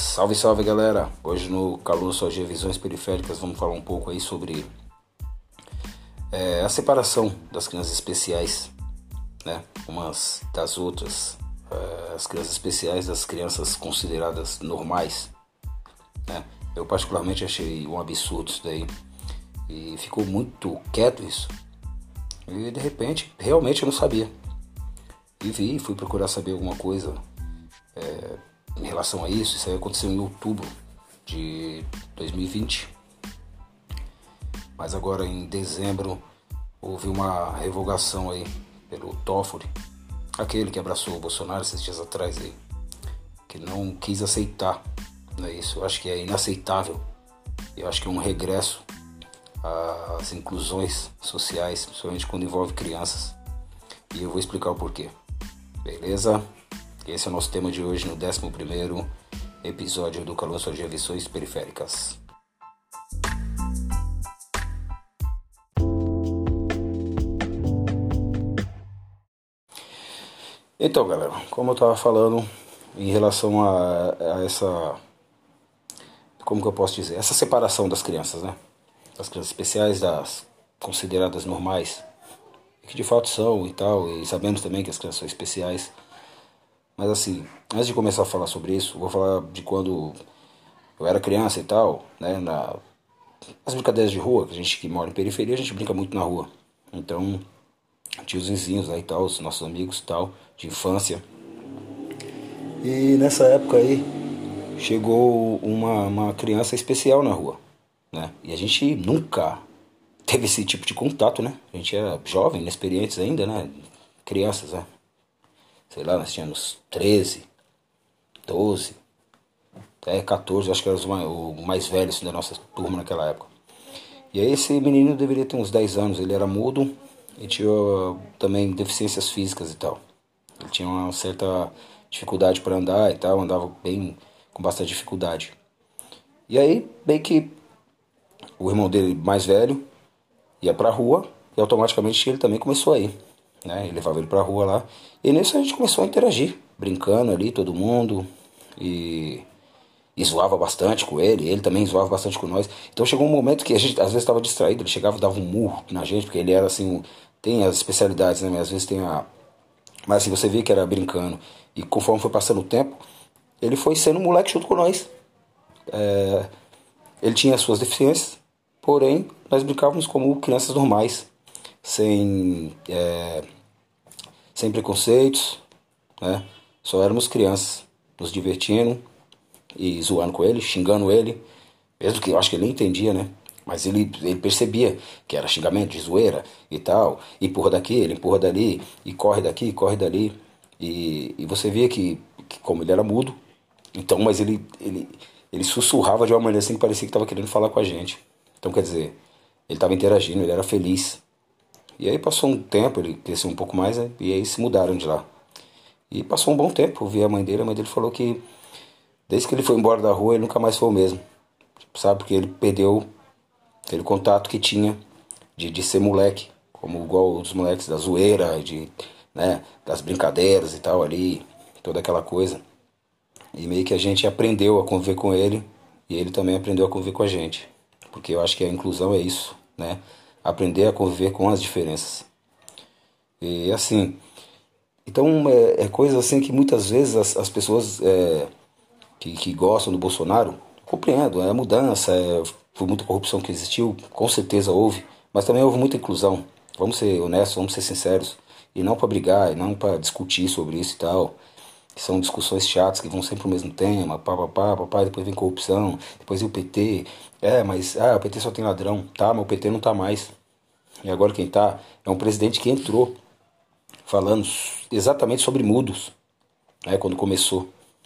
Salve, salve galera! Hoje no Caloçologia Visões Periféricas vamos falar um pouco aí sobre a separação das crianças especiais, né? Umas das outras, as crianças especiais das crianças consideradas normais, né? Eu particularmente achei um absurdo isso daí e ficou muito quieto isso e de repente realmente eu não sabia e fui procurar saber alguma coisa em relação a isso. Isso aí aconteceu em outubro de 2020. Mas agora em dezembro houve uma revogação aí pelo Toffoli, aquele que abraçou o Bolsonaro esses dias atrás aí, que não quis aceitar, né, isso. Eu acho que é inaceitável. Eu acho que é um regresso às inclusões sociais, principalmente quando envolve crianças. E eu vou explicar o porquê. Beleza? Esse é o nosso tema de hoje no 11º episódio do Caloçologia Visões Periféricas. Então, galera, como eu estava falando em relação a essa, como que eu posso dizer, essa separação das crianças, né? Das crianças especiais, das consideradas normais, que de fato são e tal, e sabemos também que as crianças são especiais. Mas assim, antes de começar a falar sobre isso, vou falar de quando eu era criança e tal, né? Nas brincadeiras de rua, que a gente que mora em periferia, a gente brinca muito na rua. Então, tinha os vizinhos aí e tal, os nossos amigos e tal, de infância. E nessa época aí, chegou uma criança especial na rua, né? E a gente nunca teve esse tipo de contato, né? A gente era jovem, inexperientes ainda, né? Crianças, né? Sei lá, nós tínhamos 13, 12, até 14, acho que era o mais velho assim, da nossa turma naquela época. E aí esse menino deveria ter uns 10 anos, ele era mudo e tinha também deficiências físicas e tal. Ele tinha uma certa dificuldade para andar e tal, andava bem com bastante dificuldade. E aí, bem que o irmão dele mais velho ia pra rua e automaticamente ele também começou a ir, né? Ele levava ele pra rua lá. E nisso a gente começou a interagir, brincando ali, todo mundo. E zoava bastante com ele também zoava bastante com nós. Então chegou um momento que a gente às vezes estava distraído, ele chegava e dava um murro na gente, porque ele era assim, tem as especialidades, né? Mas às vezes tem a. Mas assim, você via que era brincando. E conforme foi passando o tempo, ele foi sendo um moleque junto com nós. Ele tinha as suas deficiências, porém nós brincávamos como crianças normais, sem, sem preconceitos, né? Só éramos crianças, nos divertindo e zoando com ele, xingando ele, mesmo que eu acho que ele nem entendia, né? Mas ele percebia que era xingamento de zoeira e tal, empurra daqui, ele empurra dali, e corre daqui, corre dali. E você via que como ele era mudo, então, mas ele sussurrava de uma maneira assim que parecia que estava querendo falar com a gente. Então, quer dizer, ele estava interagindo, ele era feliz. E aí passou um tempo, ele cresceu um pouco mais, né? E aí se mudaram de lá. E passou um bom tempo, eu vi a mãe dele falou que desde que ele foi embora da rua ele nunca mais foi o mesmo. Sabe, porque ele perdeu aquele contato que tinha de ser moleque, como igual os moleques da zoeira, né, das brincadeiras e tal ali, toda aquela coisa. E meio que a gente aprendeu a conviver com ele e ele também aprendeu a conviver com a gente. Porque eu acho que a inclusão é isso, né? Aprender a conviver com as diferenças. E assim, então é coisa assim que muitas vezes as pessoas que gostam do Bolsonaro, compreendo, é a mudança, foi muita corrupção que existiu, com certeza houve, mas também houve muita inclusão. Vamos ser honestos, vamos ser sinceros, e não para brigar, e não para discutir sobre isso e tal. São discussões chatas que vão sempre pro mesmo tema, papapá, depois vem corrupção, depois vem o PT. Mas o PT só tem ladrão. Tá, mas o PT não tá mais. E agora quem tá é um presidente que entrou falando exatamente sobre mudos, né, quando começou.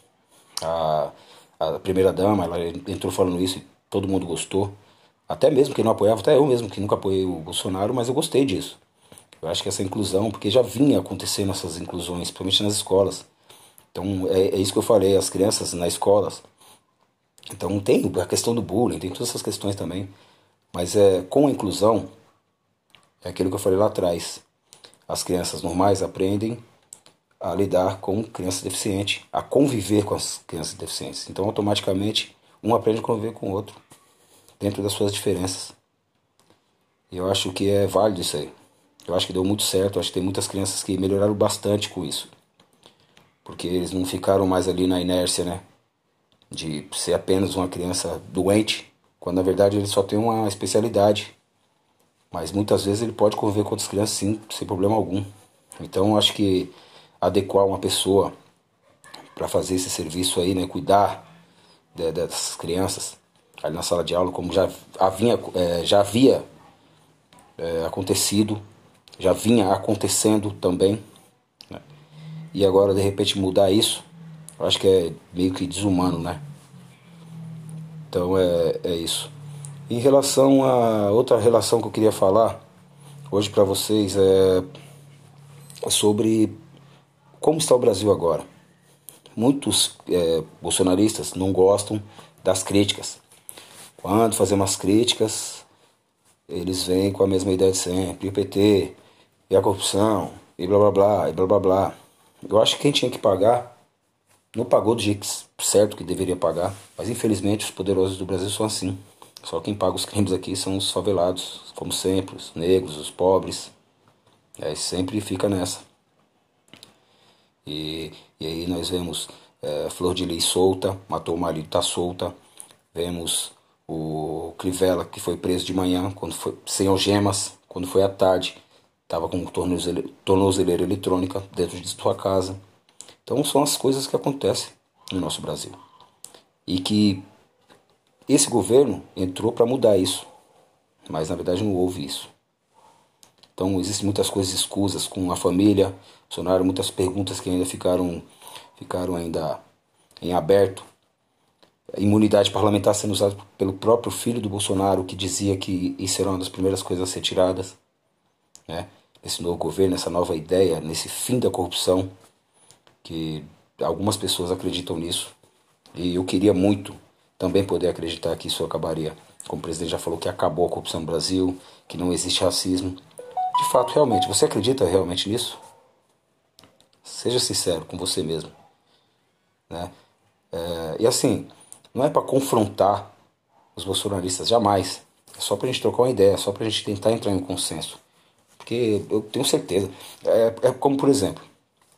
A primeira-dama, ela entrou falando isso e todo mundo gostou. Até mesmo quem não apoiava, até eu mesmo que nunca apoiei o Bolsonaro, mas eu gostei disso. Eu acho que essa inclusão, porque já vinha acontecendo essas inclusões, principalmente nas escolas. Então é isso que eu falei, as crianças nas escolas. Então tem a questão do bullying, tem todas essas questões também. Mas com a inclusão, é aquilo que eu falei lá atrás. As crianças normais aprendem a lidar com crianças deficientes, a conviver com as crianças deficientes. Então, automaticamente, um aprende a conviver com o outro, dentro das suas diferenças. E eu acho que é válido isso aí. Eu acho que deu muito certo, eu acho que tem muitas crianças que melhoraram bastante com isso. Porque eles não ficaram mais ali na inércia, né? De ser apenas uma criança doente, quando na verdade ele só tem uma especialidade. Mas muitas vezes ele pode conviver com outras crianças sim, sem problema algum. Então eu acho que adequar uma pessoa para fazer esse serviço aí, né? Cuidar dessas crianças ali na sala de aula, como já havia acontecido, já vinha acontecendo também, né? E agora de repente mudar isso, eu acho que é meio que desumano, né? Então é isso. Em relação a outra relação que eu queria falar hoje para vocês é sobre como está o Brasil agora. Muitos bolsonaristas não gostam das críticas. Quando fazem umas críticas, eles vêm com a mesma ideia de sempre. E o PT, e a corrupção, e blá blá blá, e blá blá blá. Eu acho que quem tinha que pagar não pagou do jeito certo que deveria pagar. Mas infelizmente os poderosos do Brasil são assim. Só quem paga os crimes aqui são os favelados, como sempre, os negros, os pobres. Aí sempre fica nessa. E aí nós vemos Flor de Lis solta, matou o marido, tá solta. Vemos o Crivella, que foi preso de manhã, quando foi, sem algemas, quando foi à tarde, estava com tornozeleira eletrônica dentro de sua casa. Então são as coisas que acontecem no nosso Brasil. E que esse governo entrou para mudar isso, mas na verdade não houve isso. Então existem muitas coisas escusas com a família, Bolsonaro, muitas perguntas que ainda ficaram ainda em aberto. A imunidade parlamentar sendo usada pelo próprio filho do Bolsonaro, que dizia que isso era uma das primeiras coisas a ser tiradas, né? Esse novo governo, essa nova ideia, nesse fim da corrupção, que algumas pessoas acreditam nisso. E eu queria muito também poder acreditar que isso acabaria. Como o presidente já falou que acabou a corrupção no Brasil, que não existe racismo. De fato, realmente, você acredita realmente nisso? Seja sincero com você mesmo, né? E assim, não é para confrontar os bolsonaristas, jamais. É só para a gente trocar uma ideia, é só para a gente tentar entrar em um consenso. Porque eu tenho certeza. É como, por exemplo,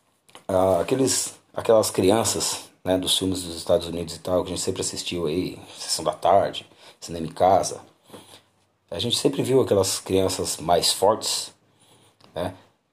aquelas crianças, né, dos filmes dos Estados Unidos e tal, que a gente sempre assistiu aí, Sessão da Tarde, Cinema em Casa. A gente sempre viu aquelas crianças mais fortes, né,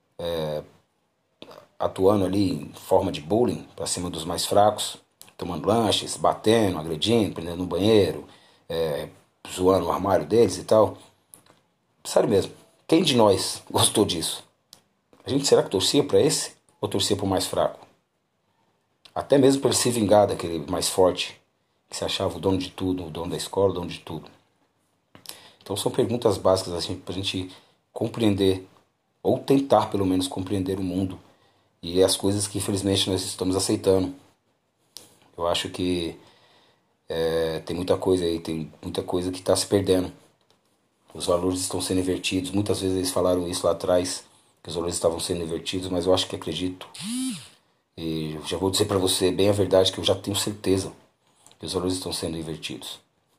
atuando ali em forma de bullying para cima dos mais fracos, tomando lanches, batendo, agredindo, prendendo no banheiro, zoando o armário deles e tal. Sério mesmo, quem de nós gostou disso? A gente será que torcia para esse ou torcia para o mais fraco? Até mesmo para ele se vingar daquele mais forte, que se achava o dono de tudo, o dono da escola, o dono de tudo. Então são perguntas básicas assim, para a gente compreender, ou tentar pelo menos compreender o mundo e as coisas que infelizmente nós estamos aceitando. Eu acho que tem muita coisa aí, tem muita coisa que está se perdendo. Os valores estão sendo invertidos. Muitas vezes eles falaram isso lá atrás, que os valores estavam sendo invertidos, mas eu acho que acredito. E já vou dizer para você bem a verdade, que eu já tenho certeza que os valores estão sendo invertidos.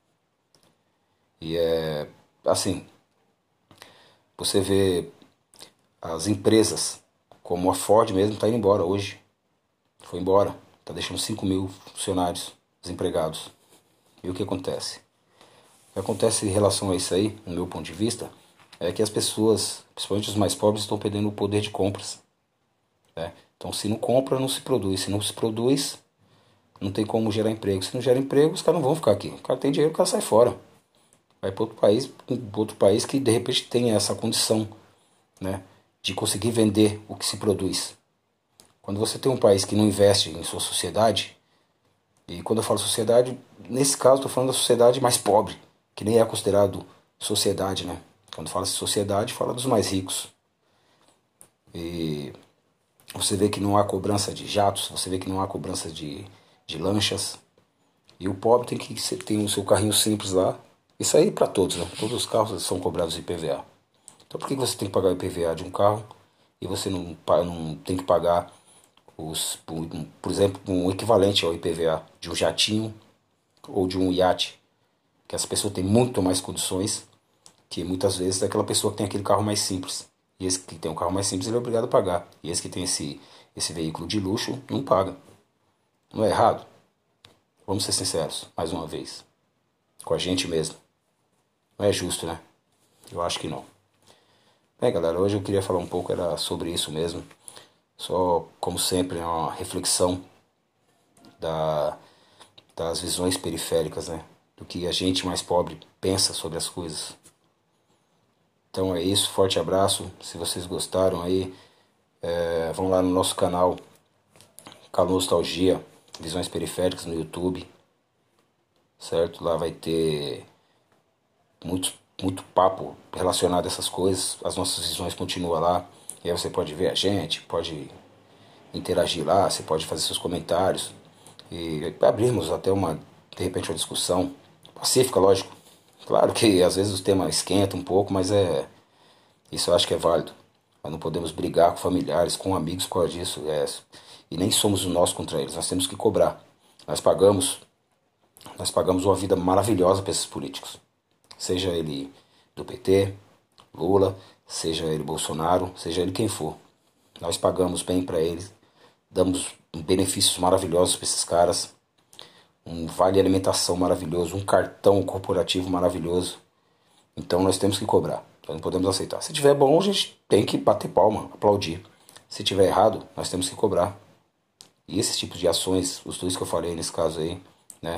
E é assim, você vê as empresas, como a Ford mesmo, está indo embora hoje. Foi embora, está deixando 5 mil funcionários desempregados. E o que acontece? O que acontece em relação a isso aí, no meu ponto de vista, é que as pessoas, principalmente os mais pobres, estão perdendo o poder de compras, né? Então, se não compra, não se produz. Se não se produz, não tem como gerar emprego. Se não gera emprego, os caras não vão ficar aqui. O cara tem dinheiro, o cara sai fora. Vai para outro país que de repente tem essa condição, né, de conseguir vender o que se produz. Quando você tem um país que não investe em sua sociedade, e quando eu falo sociedade, nesse caso estou falando da sociedade mais pobre, que nem é considerado sociedade, né? Quando fala de sociedade, fala dos mais ricos. E você vê que não há cobrança de jatos, você vê que não há cobrança de lanchas. E o pobre tem o seu carrinho simples lá. Isso aí é para todos, né? Todos os carros são cobrados de IPVA. Então por que você tem que pagar o IPVA de um carro e você não tem que pagar Por exemplo, um equivalente ao IPVA de um jatinho ou de um iate, que essa pessoa tem muito mais condições que muitas vezes daquela pessoa que tem aquele carro mais simples. E esse que tem um carro mais simples ele é obrigado a pagar. E esse que tem esse veículo de luxo não paga. Não é errado? Vamos ser sinceros, mais uma vez. Com a gente mesmo. Não é justo, né? Eu acho que não. Bem, galera, hoje eu queria falar um pouco era sobre isso mesmo. Só, como sempre, é uma reflexão da, das visões periféricas, né? Do que a gente mais pobre pensa sobre as coisas. Então é isso, forte abraço. Se vocês gostaram aí, vão lá no nosso canal, Canal Nostalgia, Visões Periféricas no YouTube, certo? Lá vai ter muito papo relacionado a essas coisas. As nossas visões continuam lá. E aí você pode ver a gente, pode interagir lá, você pode fazer seus comentários. E abrirmos até de repente uma discussão pacífica, lógico. Claro que às vezes o tema esquenta um pouco, mas isso eu acho que é válido. Nós não podemos brigar com familiares, com amigos por causa disso. E nem somos nós contra eles, nós temos que cobrar. Nós pagamos, nós pagamos uma vida maravilhosa para esses políticos. Seja ele do PT, Lula, seja ele Bolsonaro, seja ele quem for. Nós pagamos bem para eles, damos benefícios maravilhosos para esses caras, um vale alimentação maravilhoso, um cartão corporativo maravilhoso. Então nós temos que cobrar, nós não podemos aceitar. Se tiver bom, a gente tem que bater palma, aplaudir. Se tiver errado, nós temos que cobrar. E esse tipo de ações, os dois que eu falei nesse caso aí, né,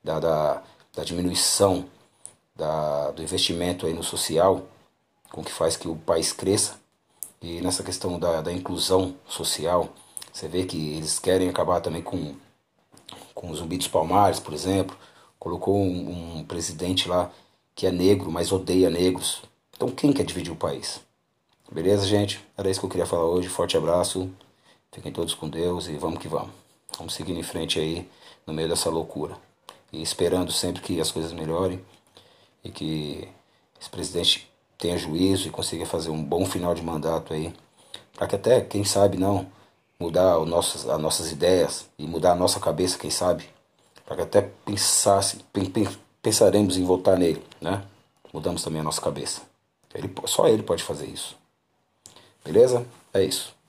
da diminuição do investimento aí no social, com que faz que o país cresça, e nessa questão da inclusão social, você vê que eles querem acabar também com o Zumbi dos Palmares, por exemplo. Colocou um presidente lá que é negro, mas odeia negros. Então quem quer dividir o país? Beleza, gente? Era isso que eu queria falar hoje. Forte abraço. Fiquem todos com Deus e vamos que vamos. Vamos seguindo em frente aí no meio dessa loucura. E esperando sempre que as coisas melhorem e que esse presidente tenha juízo e consiga fazer um bom final de mandato aí. Para que até, quem sabe não, mudar as nossas ideias e mudar a nossa cabeça, quem sabe. Para que até pensaremos em votar nele, né? Mudamos também a nossa cabeça. Só ele pode fazer isso. Beleza? É isso.